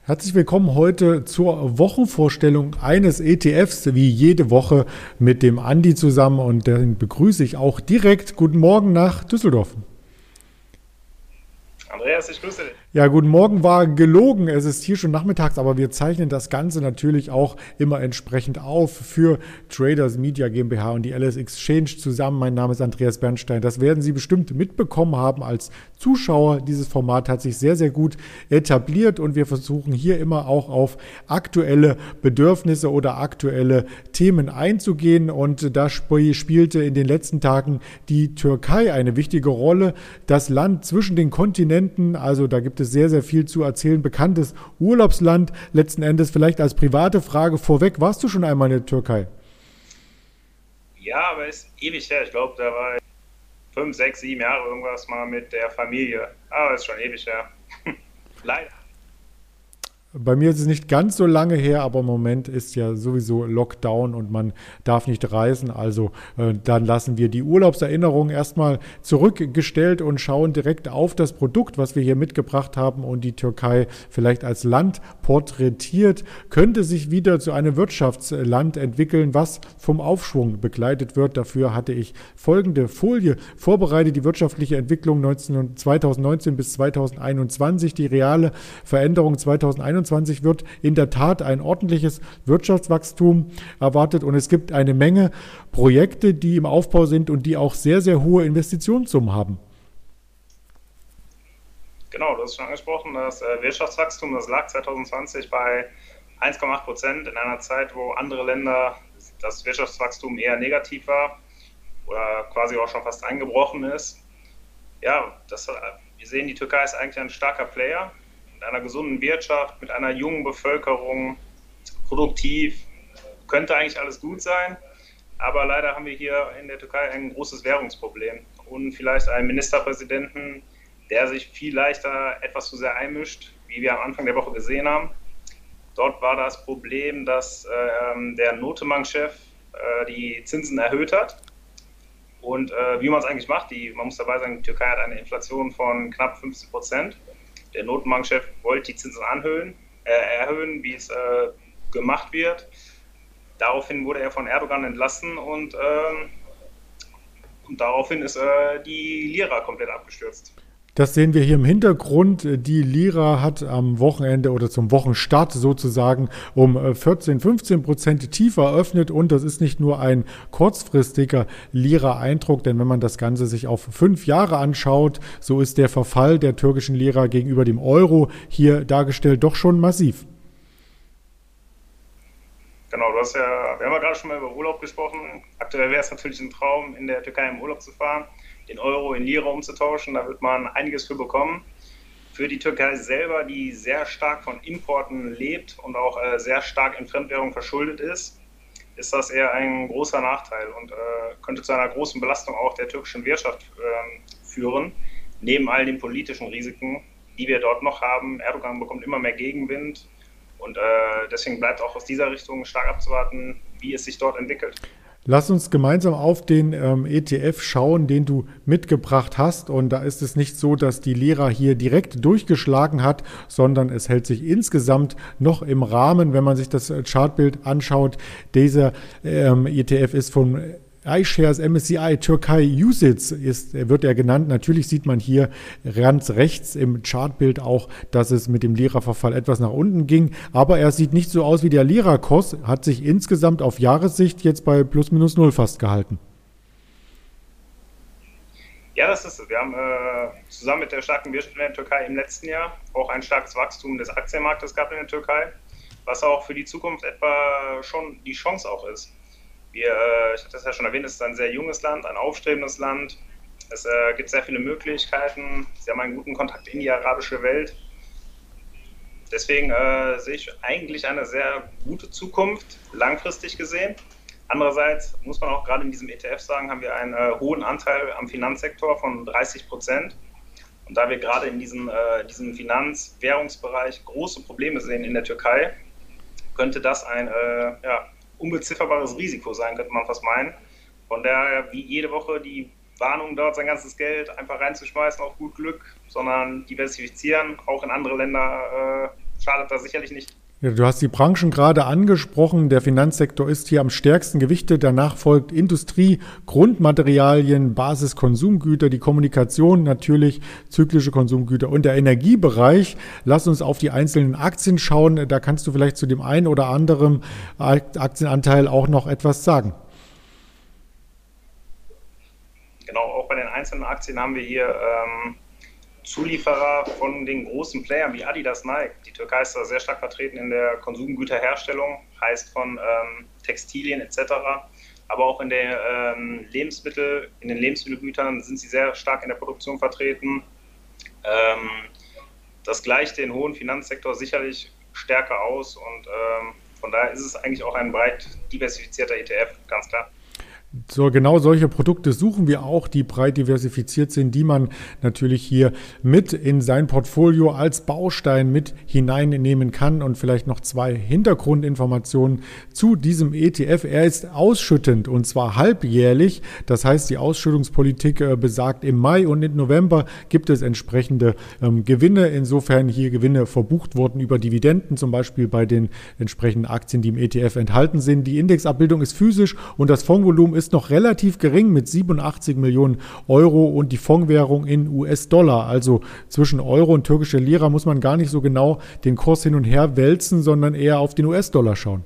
Herzlich willkommen heute zur Wochenvorstellung eines ETFs, wie jede Woche mit dem Andi zusammen, und den begrüße ich auch direkt. Guten Morgen nach Düsseldorf. Andreas, ich grüße dich. Ja, guten Morgen war gelogen. Es ist hier schon nachmittags, aber wir zeichnen das Ganze natürlich auch immer entsprechend auf für Traders Media GmbH und die LS Exchange zusammen. Mein Name ist Andreas Bernstein. Das werden Sie bestimmt mitbekommen haben als Zuschauer. Dieses Format hat sich sehr, sehr gut etabliert und wir versuchen hier immer auch auf aktuelle Bedürfnisse oder aktuelle Themen einzugehen. Und da spielte in den letzten Tagen die Türkei eine wichtige Rolle. Das Land zwischen den Kontinenten, also da gibt es sehr, sehr viel zu erzählen. Bekanntes Urlaubsland letzten Endes. Vielleicht als private Frage vorweg, warst du schon einmal in der Türkei? Ja, aber ist ewig her. Ich glaube, da war ich 5, 6, 7 Jahre irgendwas mal mit der Familie. Aber ist schon ewig her. Leider. Bei mir ist es nicht ganz so lange her, aber im Moment ist ja sowieso Lockdown und man darf nicht reisen. Also dann lassen wir die Urlaubserinnerungen erstmal zurückgestellt und schauen direkt auf das Produkt, was wir hier mitgebracht haben, und die Türkei vielleicht als Land porträtiert, könnte sich wieder zu einem Wirtschaftsland entwickeln, was vom Aufschwung begleitet wird. Dafür hatte ich folgende Folie vorbereitet: die wirtschaftliche Entwicklung 2019 bis 2021, die reale Veränderung 2021 wird in der Tat ein ordentliches Wirtschaftswachstum erwartet, und es gibt eine Menge Projekte, die im Aufbau sind und die auch sehr, sehr hohe Investitionssummen haben. Genau, du hast schon angesprochen, das Wirtschaftswachstum, das lag 2020 bei 1,8% in einer Zeit, wo andere Länder das Wirtschaftswachstum eher negativ war oder quasi auch schon fast eingebrochen ist. Ja, wir sehen, die Türkei ist eigentlich ein starker Player mit einer gesunden Wirtschaft, mit einer jungen Bevölkerung, produktiv, könnte eigentlich alles gut sein. Aber leider haben wir hier in der Türkei ein großes Währungsproblem und vielleicht einen Ministerpräsidenten, der sich viel leichter etwas zu sehr einmischt, wie wir am Anfang der Woche gesehen haben. Dort war das Problem, dass der Notenbankchef die Zinsen erhöht hat. Und wie man es eigentlich macht, man muss dabei sagen, die Türkei hat eine Inflation von knapp 15%. Der Notenbankchef wollte die Zinsen erhöhen, wie es gemacht wird. Daraufhin wurde er von Erdogan entlassen und daraufhin ist die Lira komplett abgestürzt. Das sehen wir hier im Hintergrund. Die Lira hat am Wochenende oder zum Wochenstart sozusagen um 14-15% tiefer eröffnet, und das ist nicht nur ein kurzfristiger Lira-Eindruck, denn wenn man das Ganze sich auf 5 Jahre anschaut, so ist der Verfall der türkischen Lira gegenüber dem Euro hier dargestellt doch schon massiv. Genau, wir haben ja gerade schon mal über Urlaub gesprochen. Aktuell wäre es natürlich ein Traum, in der Türkei im Urlaub zu fahren, den Euro in Lira umzutauschen. Da wird man einiges für bekommen. Für die Türkei selber, die sehr stark von Importen lebt und auch sehr stark in Fremdwährung verschuldet ist das eher ein großer Nachteil und könnte zu einer großen Belastung auch der türkischen Wirtschaft führen, neben all den politischen Risiken, die wir dort noch haben. Erdogan bekommt immer mehr Gegenwind. Und deswegen bleibt auch aus dieser Richtung stark abzuwarten, wie es sich dort entwickelt. Lass uns gemeinsam auf den ETF schauen, den du mitgebracht hast. Und da ist es nicht so, dass die Lira hier direkt durchgeschlagen hat, sondern es hält sich insgesamt noch im Rahmen, wenn man sich das Chartbild anschaut. Dieser ETF ist von iShares MSCI Türkei UCITS wird er genannt. Natürlich sieht man hier ganz rechts im Chartbild auch, dass es mit dem Lira-Verfall etwas nach unten ging. Aber er sieht nicht so aus wie der Lira-Kurs, hat sich insgesamt auf Jahressicht jetzt bei plus minus null fast gehalten. Ja, das ist es. Wir haben zusammen mit der starken Wirtschaft in der Türkei im letzten Jahr auch ein starkes Wachstum des Aktienmarktes gehabt in der Türkei, was auch für die Zukunft etwa schon die Chance auch ist. Ich hatte das ja schon erwähnt, es ist ein sehr junges Land, ein aufstrebendes Land. Es gibt sehr viele Möglichkeiten. Sie haben einen guten Kontakt in die arabische Welt. Deswegen sehe ich eigentlich eine sehr gute Zukunft, langfristig gesehen. Andererseits muss man auch gerade in diesem ETF sagen, haben wir einen hohen Anteil am Finanzsektor von 30%. Und da wir gerade in diesem Finanz-Währungsbereich große Probleme sehen in der Türkei, könnte das ein unbezifferbares Risiko sein, könnte man fast meinen. Von daher, wie jede Woche, die Warnung dort, sein ganzes Geld einfach reinzuschmeißen auf gut Glück, sondern diversifizieren, auch in andere Länder schadet das sicherlich nicht. Ja, du hast die Branchen gerade angesprochen. Der Finanzsektor ist hier am stärksten gewichtet. Danach folgt Industrie, Grundmaterialien, Basiskonsumgüter, die Kommunikation natürlich, zyklische Konsumgüter und der Energiebereich. Lass uns auf die einzelnen Aktien schauen. Da kannst du vielleicht zu dem einen oder anderen Aktienanteil auch noch etwas sagen. Genau, auch bei den einzelnen Aktien haben wir hier Zulieferer von den großen Playern wie Adidas, Nike. Die Türkei ist da sehr stark vertreten in der Konsumgüterherstellung, heißt von Textilien etc. Aber auch in der in den Lebensmittelgütern sind sie sehr stark in der Produktion vertreten. Das gleicht den hohen Finanzsektor sicherlich stärker aus und von daher ist es eigentlich auch ein breit diversifizierter ETF, ganz klar. So, genau solche Produkte suchen wir auch, die breit diversifiziert sind, die man natürlich hier mit in sein Portfolio als Baustein mit hineinnehmen kann. Und vielleicht noch 2 Hintergrundinformationen zu diesem ETF. Er ist ausschüttend und zwar halbjährlich. Das heißt, die Ausschüttungspolitik besagt, im Mai und im November gibt es entsprechende Gewinne. Insofern hier Gewinne verbucht wurden über Dividenden, zum Beispiel bei den entsprechenden Aktien, die im ETF enthalten sind. Die Indexabbildung ist physisch und das Fondsvolumen ist noch relativ gering mit 87 Millionen Euro und die Fondswährung in US-Dollar. Also zwischen Euro und türkische Lira muss man gar nicht so genau den Kurs hin und her wälzen, sondern eher auf den US-Dollar schauen.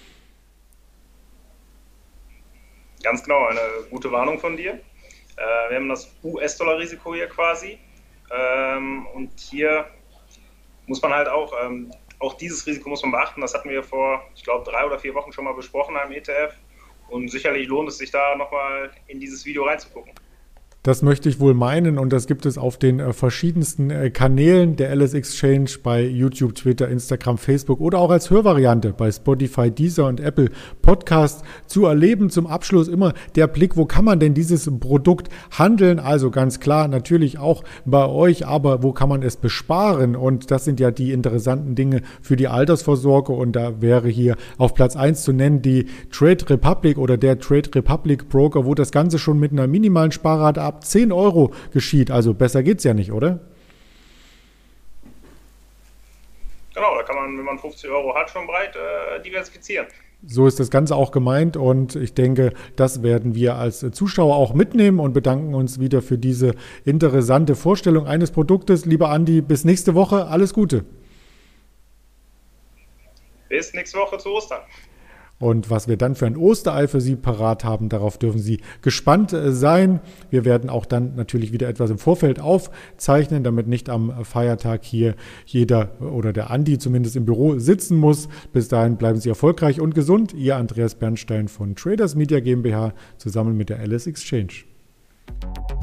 Ganz genau, eine gute Warnung von dir. Wir haben das US-Dollar-Risiko hier quasi und hier muss man halt auch dieses Risiko muss man beachten. Das hatten wir vor, ich glaube, 3 oder 4 Wochen schon mal besprochen im ETF. Und sicherlich lohnt es sich da nochmal in dieses Video reinzugucken. Das möchte ich wohl meinen und das gibt es auf den verschiedensten Kanälen der LS Exchange bei YouTube, Twitter, Instagram, Facebook oder auch als Hörvariante bei Spotify, Deezer und Apple Podcast zu erleben. Zum Abschluss immer der Blick, wo kann man denn dieses Produkt handeln? Also ganz klar natürlich auch bei euch, aber wo kann man es besparen? Und das sind ja die interessanten Dinge für die Altersvorsorge und da wäre hier auf Platz 1 zu nennen die Trade Republic oder der Trade Republic Broker, wo das Ganze schon mit einer minimalen Sparrate ab 10 Euro geschieht. Also besser geht's ja nicht, oder? Genau, da kann man, wenn man 50 Euro hat, schon breit diversifizieren. So ist das Ganze auch gemeint und ich denke, das werden wir als Zuschauer auch mitnehmen und bedanken uns wieder für diese interessante Vorstellung eines Produktes. Lieber Andi, bis nächste Woche. Alles Gute. Bis nächste Woche zu Ostern. Und was wir dann für ein Osterei für Sie parat haben, darauf dürfen Sie gespannt sein. Wir werden auch dann natürlich wieder etwas im Vorfeld aufzeichnen, damit nicht am Feiertag hier jeder oder der Andi zumindest im Büro sitzen muss. Bis dahin bleiben Sie erfolgreich und gesund. Ihr Andreas Bernstein von Traders Media GmbH zusammen mit der LS Exchange.